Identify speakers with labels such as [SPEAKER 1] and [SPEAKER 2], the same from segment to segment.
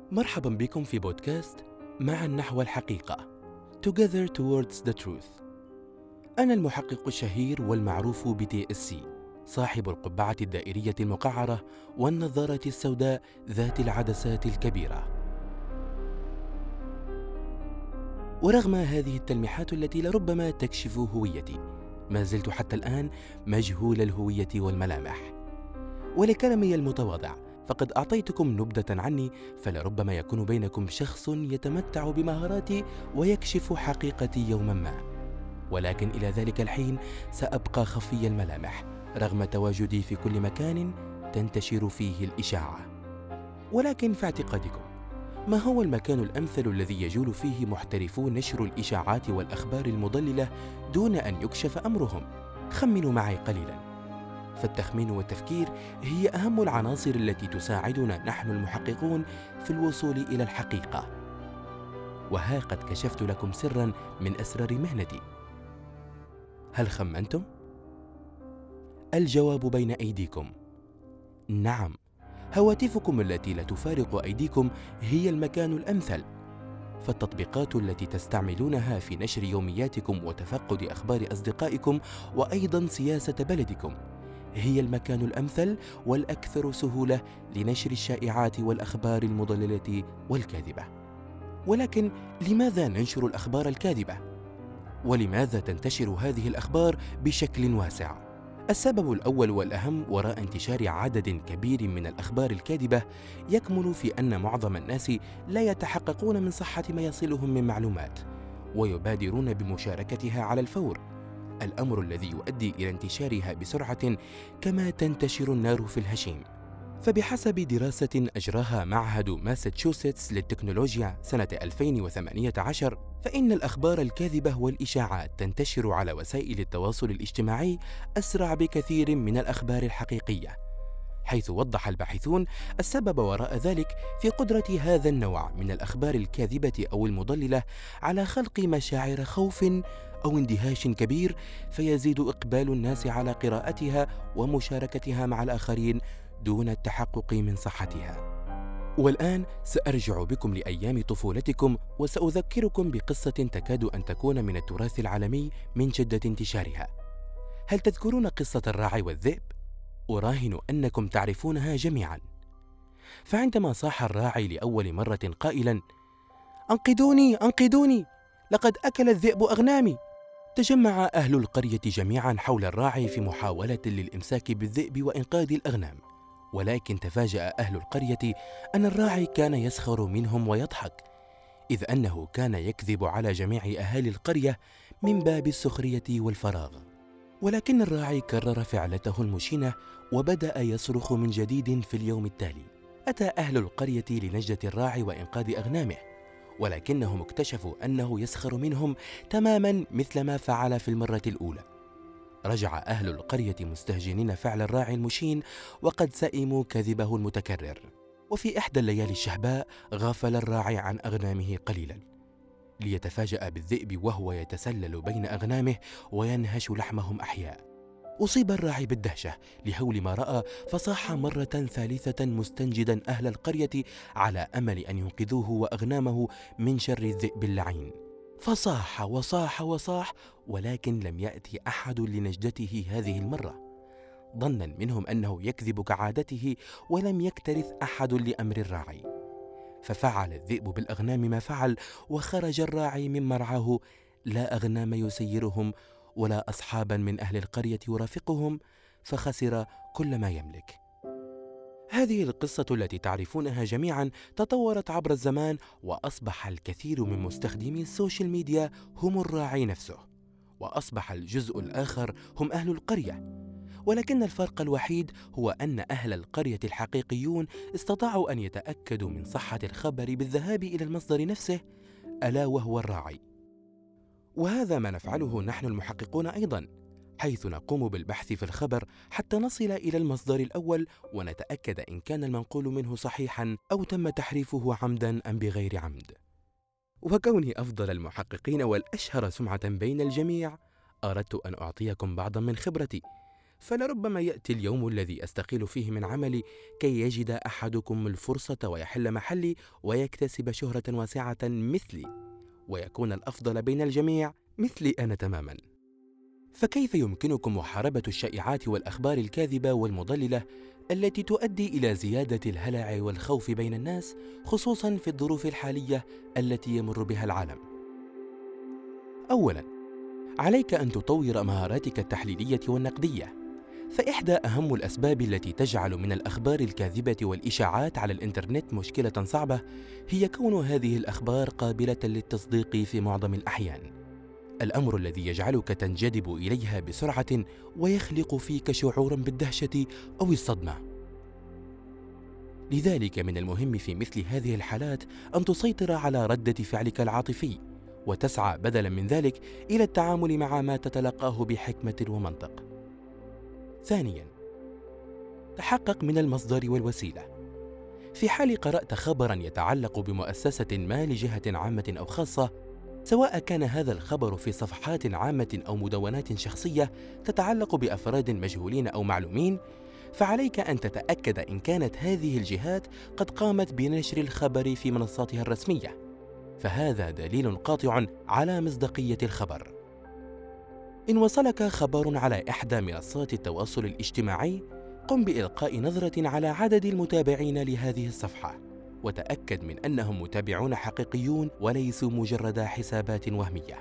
[SPEAKER 1] مرحبا بكم في بودكاست معا نحو الحقيقة Together Towards the Truth. أنا المحقق الشهير والمعروف ب-TSC، صاحب القبعة الدائرية المقعرة والنظارة السوداء ذات العدسات الكبيرة. ورغم هذه التلميحات التي لربما تكشف هويتي، ما زلت حتى الآن مجهول الهوية والملامح. ولكلامي المتواضع فقد أعطيتكم نبذة عني، فلربما يكون بينكم شخص يتمتع بمهاراتي ويكشف حقيقتي يوما ما، ولكن إلى ذلك الحين سأبقى خفي الملامح رغم تواجدي في كل مكان تنتشر فيه الإشاعة. ولكن في اعتقادكم، ما هو المكان الأمثل الذي يجول فيه محترفو نشر الإشاعات والأخبار المضللة دون أن يكشف أمرهم؟ خمنوا معي قليلا، فالتخمين والتفكير هي أهم العناصر التي تساعدنا نحن المحققون في الوصول إلى الحقيقة. وها قد كشفت لكم سرا من أسرار مهنتي. هل خمنتم؟ الجواب بين أيديكم، نعم، هواتفكم التي لا تفارق أيديكم هي المكان الأمثل. فالتطبيقات التي تستعملونها في نشر يومياتكم وتفقد أخبار أصدقائكم وأيضا سياسة بلدكم هي المكان الأمثل والأكثر سهولة لنشر الشائعات والأخبار المضللة والكاذبة. ولكن لماذا ننشر الأخبار الكاذبة؟ ولماذا تنتشر هذه الأخبار بشكل واسع؟ السبب الأول والأهم وراء انتشار عدد كبير من الأخبار الكاذبة يكمن في أن معظم الناس لا يتحققون من صحة ما يصلهم من معلومات، ويبادرون بمشاركتها على الفور، الأمر الذي يؤدي إلى انتشارها بسرعة كما تنتشر النار في الهشيم. فبحسب دراسة أجراها معهد ماساتشوستس للتكنولوجيا سنة 2018، فإن الأخبار الكاذبة والإشاعات تنتشر على وسائل التواصل الاجتماعي أسرع بكثير من الأخبار الحقيقية، حيث وضح الباحثون السبب وراء ذلك في قدرة هذا النوع من الأخبار الكاذبة أو المضللة على خلق مشاعر خوف أو اندهاش كبير، فيزيد إقبال الناس على قراءتها ومشاركتها مع الآخرين دون التحقق من صحتها. والآن سأرجع بكم لأيام طفولتكم وسأذكركم بقصة تكاد أن تكون من التراث العالمي من شدة انتشارها. هل تذكرون قصة الراعي والذئب؟ أراهن أنكم تعرفونها جميعا. فعندما صاح الراعي لأول مرة قائلا: أنقذوني أنقذوني، لقد أكل الذئب أغنامي، تجمع أهل القرية جميعا حول الراعي في محاولة للإمساك بالذئب وإنقاذ الأغنام. ولكن تفاجأ أهل القرية أن الراعي كان يسخر منهم ويضحك، إذ أنه كان يكذب على جميع أهالي القرية من باب السخرية والفراغ. ولكن الراعي كرر فعلته المشينة وبدأ يصرخ من جديد في اليوم التالي. أتى أهل القرية لنجدة الراعي وإنقاذ أغنامه، ولكنهم اكتشفوا أنه يسخر منهم تماما مثل ما فعل في المرة الأولى. رجع أهل القرية مستهجنين فعل الراعي المشين وقد سئموا كذبه المتكرر. وفي إحدى الليالي الشهباء غافل الراعي عن أغنامه قليلا، ليتفاجأ بالذئب وهو يتسلل بين أغنامه وينهش لحمهم أحياء. أصيب الراعي بالدهشة لهول ما رأى، فصاح مرة ثالثة مستنجدا أهل القرية على أمل أن ينقذوه وأغنامه من شر الذئب اللعين. فصاح وصاح وصاح، ولكن لم يأتي أحد لنجدته هذه المرة، ظنا منهم أنه يكذب كعادته، ولم يكترث أحد لأمر الراعي. ففعل الذئب بالأغنام ما فعل، وخرج الراعي من مرعاه لا أغنام يسيرهم ولا أصحابا من أهل القرية يرافقهم، فخسر كل ما يملك. هذه القصة التي تعرفونها جميعا تطورت عبر الزمان، وأصبح الكثير من مستخدمي السوشيال ميديا هم الراعي نفسه، وأصبح الجزء الآخر هم أهل القرية. ولكن الفرق الوحيد هو أن أهل القرية الحقيقيون استطاعوا أن يتأكدوا من صحة الخبر بالذهاب إلى المصدر نفسه، ألا وهو الراعي. وهذا ما نفعله نحن المحققون أيضا، حيث نقوم بالبحث في الخبر حتى نصل إلى المصدر الأول ونتأكد إن كان المنقول منه صحيحا أو تم تحريفه عمدا أم بغير عمد. وكوني أفضل المحققين والأشهر سمعة بين الجميع، أردت أن أعطيكم بعضا من خبرتي، فلربما يأتي اليوم الذي أستقيل فيه من عملي كي يجد أحدكم الفرصة ويحل محلي ويكتسب شهرة واسعة مثلي، ويكون الأفضل بين الجميع مثلي أنا تماماً. فكيف يمكنكم محاربة الشائعات والأخبار الكاذبة والمضللة التي تؤدي إلى زيادة الهلع والخوف بين الناس، خصوصاً في الظروف الحالية التي يمر بها العالم؟ أولاً، عليك أن تطور مهاراتك التحليلية والنقدية، فإحدى أهم الأسباب التي تجعل من الأخبار الكاذبة والإشاعات على الإنترنت مشكلة صعبة هي كون هذه الأخبار قابلة للتصديق في معظم الأحيان، الأمر الذي يجعلك تنجذب إليها بسرعة ويخلق فيك شعوراً بالدهشة أو الصدمة. لذلك من المهم في مثل هذه الحالات أن تسيطر على ردة فعلك العاطفي، وتسعى بدلاً من ذلك إلى التعامل مع ما تتلقاه بحكمة ومنطق. ثانياً، تحقق من المصدر والوسيلة. في حال قرأت خبراً يتعلق بمؤسسة ما لجهة عامة أو خاصة، سواء كان هذا الخبر في صفحات عامة أو مدونات شخصية تتعلق بأفراد مجهولين أو معلومين، فعليك أن تتأكد إن كانت هذه الجهات قد قامت بنشر الخبر في منصاتها الرسمية، فهذا دليل قاطع على مصداقية الخبر. إن وصلك خبر على إحدى منصات التواصل الاجتماعي، قم بإلقاء نظرة على عدد المتابعين لهذه الصفحة، وتأكد من أنهم متابعون حقيقيون وليسوا مجرد حسابات وهمية.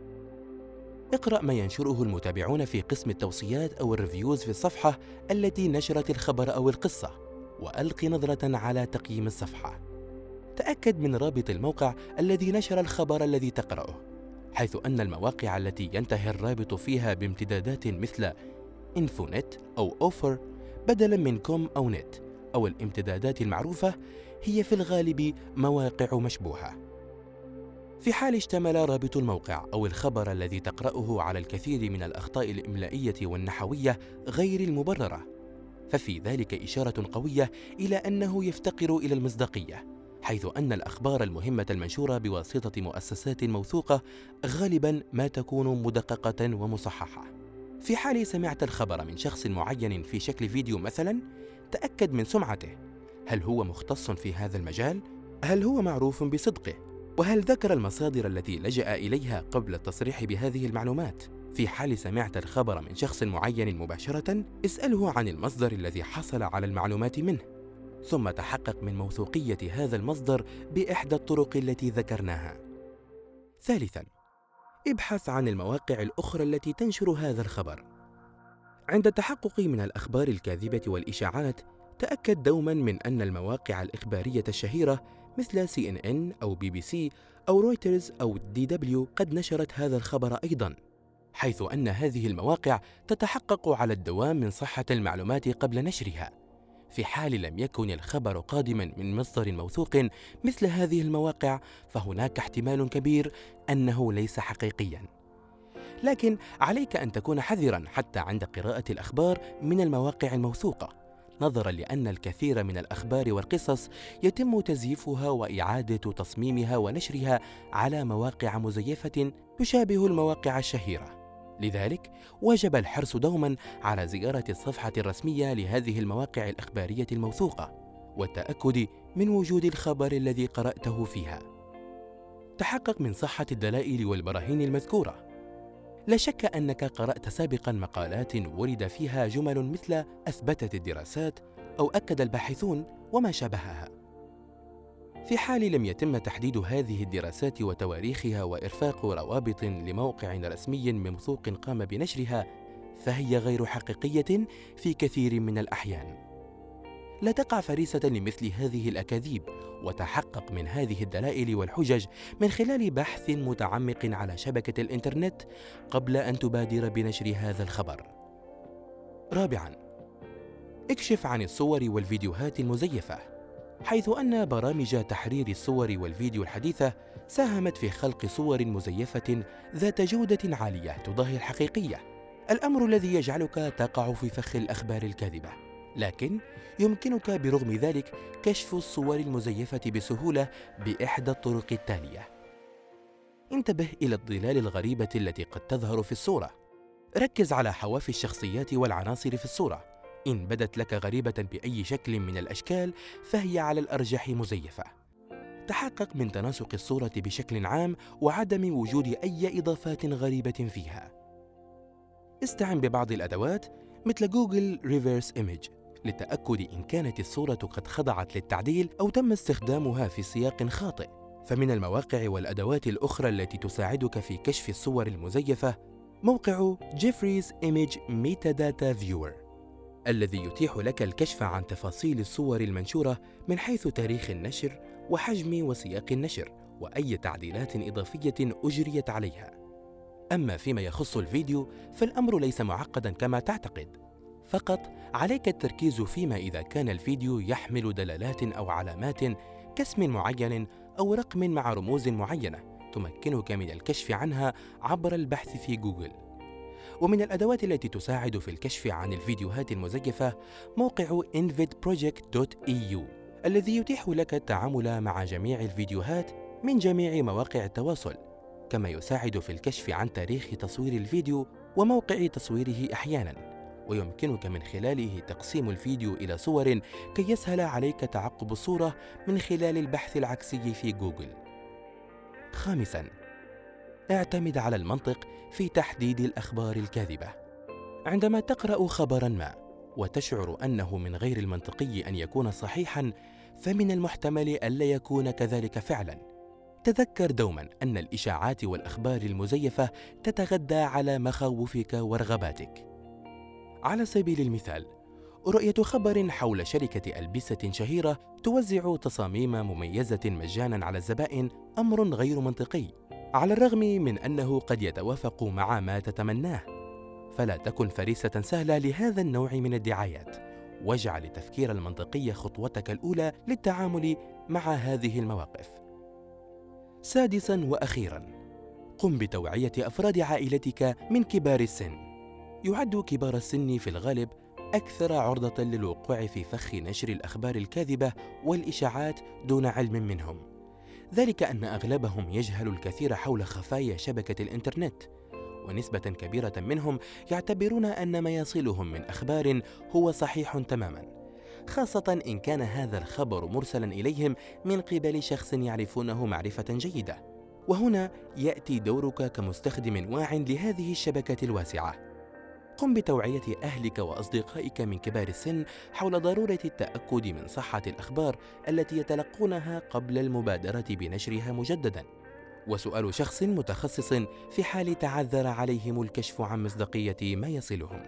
[SPEAKER 1] اقرأ ما ينشره المتابعون في قسم التوصيات أو الريفيوز في الصفحة التي نشرت الخبر أو القصة، وألق نظرة على تقييم الصفحة. تأكد من رابط الموقع الذي نشر الخبر الذي تقرأه، حيث أن المواقع التي ينتهي الرابط فيها بامتدادات مثل إنفونت أو أوفر بدلاً من كوم أو نت أو الامتدادات المعروفة هي في الغالب مواقع مشبوهة. في حال اشتمل رابط الموقع أو الخبر الذي تقرأه على الكثير من الأخطاء الإملائية والنحوية غير المبررة، ففي ذلك إشارة قوية إلى أنه يفتقر إلى المصداقية، حيث أن الأخبار المهمة المنشورة بواسطة مؤسسات موثوقة غالباً ما تكون مدققة ومصححة. في حال سمعت الخبر من شخص معين في شكل فيديو مثلاً، تأكد من سمعته. هل هو مختص في هذا المجال؟ هل هو معروف بصدقه؟ وهل ذكر المصادر التي لجأ إليها قبل التصريح بهذه المعلومات؟ في حال سمعت الخبر من شخص معين مباشرة، اسأله عن المصدر الذي حصل على المعلومات منه، ثم تحقق من موثوقية هذا المصدر بإحدى الطرق التي ذكرناها. ثالثاً، ابحث عن المواقع الأخرى التي تنشر هذا الخبر. عند التحقق من الأخبار الكاذبة والإشاعات، تأكد دوماً من أن المواقع الإخبارية الشهيرة مثل CNN أو BBC أو رويترز أو DW قد نشرت هذا الخبر أيضاً، حيث أن هذه المواقع تتحقق على الدوام من صحة المعلومات قبل نشرها. في حال لم يكن الخبر قادماً من مصدر موثوق مثل هذه المواقع، فهناك احتمال كبير أنه ليس حقيقياً. لكن عليك أن تكون حذراً حتى عند قراءة الأخبار من المواقع الموثوقة، نظراً لأن الكثير من الأخبار والقصص يتم تزييفها وإعادة تصميمها ونشرها على مواقع مزيفة تشابه المواقع الشهيرة. لذلك وجب الحرص دوماً على زيارة الصفحة الرسمية لهذه المواقع الإخبارية الموثوقة، والتأكد من وجود الخبر الذي قرأته فيها. تحقق من صحة الدلائل والبراهين المذكورة. لا شك أنك قرأت سابقاً مقالات ورد فيها جمل مثل أثبتت الدراسات أو أكد الباحثون وما شابهها. في حال لم يتم تحديد هذه الدراسات وتواريخها وإرفاق روابط لموقع رسمي موثوق قام بنشرها، فهي غير حقيقية في كثير من الأحيان. لا تقع فريسة لمثل هذه الأكاذيب، وتحقق من هذه الدلائل والحجج من خلال بحث متعمق على شبكة الإنترنت قبل أن تبادر بنشر هذا الخبر. رابعاً، اكشف عن الصور والفيديوهات المزيفة، حيث أن برامج تحرير الصور والفيديو الحديثة ساهمت في خلق صور مزيفة ذات جودة عالية تضاهي الحقيقية، الأمر الذي يجعلك تقع في فخ الأخبار الكاذبة. لكن يمكنك برغم ذلك كشف الصور المزيفة بسهولة بإحدى الطرق التالية. انتبه إلى الظلال الغريبة التي قد تظهر في الصورة. ركز على حواف الشخصيات والعناصر في الصورة. إن بدت لك غريبة بأي شكل من الأشكال فهي على الأرجح مزيفة. تحقق من تناسق الصورة بشكل عام وعدم وجود أي إضافات غريبة فيها. استعن ببعض الأدوات مثل جوجل ريفيرس إيميج للتأكد إن كانت الصورة قد خضعت للتعديل أو تم استخدامها في سياق خاطئ. فمن المواقع والأدوات الأخرى التي تساعدك في كشف الصور المزيفة موقع جيفريز إيميج ميتاداتا فيور، الذي يتيح لك الكشف عن تفاصيل الصور المنشورة من حيث تاريخ النشر وحجم وسياق النشر وأي تعديلات إضافية أجريت عليها. أما فيما يخص الفيديو فالأمر ليس معقداً كما تعتقد، فقط عليك التركيز فيما إذا كان الفيديو يحمل دلالات أو علامات كاسم معين أو رقم مع رموز معينة تمكنك من الكشف عنها عبر البحث في جوجل. ومن الأدوات التي تساعد في الكشف عن الفيديوهات المزيفة موقع invidproject.eu، الذي يتيح لك التعامل مع جميع الفيديوهات من جميع مواقع التواصل، كما يساعد في الكشف عن تاريخ تصوير الفيديو وموقع تصويره أحياناً، ويمكنك من خلاله تقسيم الفيديو إلى صور كي يسهل عليك تعقب الصورة من خلال البحث العكسي في جوجل. خامساً، اعتمد على المنطق في تحديد الأخبار الكاذبة. عندما تقرأ خبراً ما وتشعر أنه من غير المنطقي أن يكون صحيحاً فمن المحتمل ألا يكون كذلك فعلاً. تذكر دوماً أن الإشاعات والأخبار المزيفة تتغذى على مخاوفك ورغباتك. على سبيل المثال، رؤية خبر حول شركة ألبسة شهيرة توزع تصاميم مميزة مجاناً على الزبائن أمر غير منطقي، على الرغم من أنه قد يتوافق مع ما تتمناه. فلا تكن فريسة سهلة لهذا النوع من الدعايات، واجعل التفكير المنطقي خطوتك الأولى للتعامل مع هذه المواقف. سادساً وأخيراً، قم بتوعية أفراد عائلتك من كبار السن. يعد كبار السن في الغالب أكثر عرضة للوقوع في فخ نشر الأخبار الكاذبة والإشاعات دون علم منهم، ذلك أن أغلبهم يجهل الكثير حول خفايا شبكة الإنترنت، ونسبة كبيرة منهم يعتبرون أن ما يصلهم من أخبار هو صحيح تماماً، خاصة إن كان هذا الخبر مرسلاً إليهم من قبل شخص يعرفونه معرفة جيدة. وهنا يأتي دورك كمستخدم واع لهذه الشبكة الواسعة. قم بتوعية أهلك وأصدقائك من كبار السن حول ضرورة التأكد من صحة الأخبار التي يتلقونها قبل المبادرة بنشرها مجدداً، وسؤال شخص متخصص في حال تعذر عليهم الكشف عن مصداقية ما يصلهم.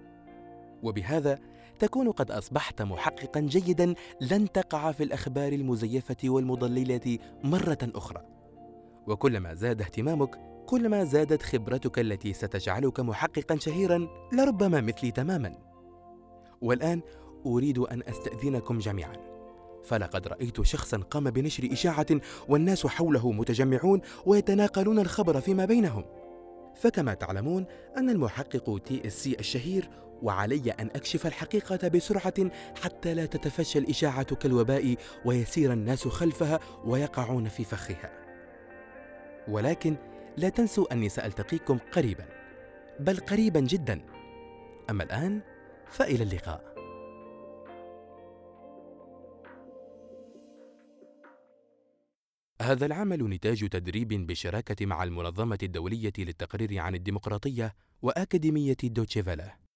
[SPEAKER 1] وبهذا تكون قد أصبحت محققاً جيداً لن تقع في الأخبار المزيفة والمضللة مرة أخرى. وكلما زاد اهتمامك كلما زادت خبرتك التي ستجعلك محققاً شهيراً لربما مثلي تماماً. والآن أريد أن أستأذنكم جميعاً، فلقد رأيت شخصاً قام بنشر إشاعة والناس حوله متجمعون ويتناقلون الخبر فيما بينهم. فكما تعلمون أن المحقق TSC الشهير، وعلي أن أكشف الحقيقة بسرعة حتى لا تتفشى الإشاعة كالوباء ويسير الناس خلفها ويقعون في فخها. ولكن لا تنسوا أني سألتقيكم قريباً، بل قريباً جداً. أما الآن فإلى اللقاء. هذا العمل نتاج تدريب بالشراكة مع المنظمة الدولية للتقرير عن الديمقراطية وأكاديمية دوتشي فيله.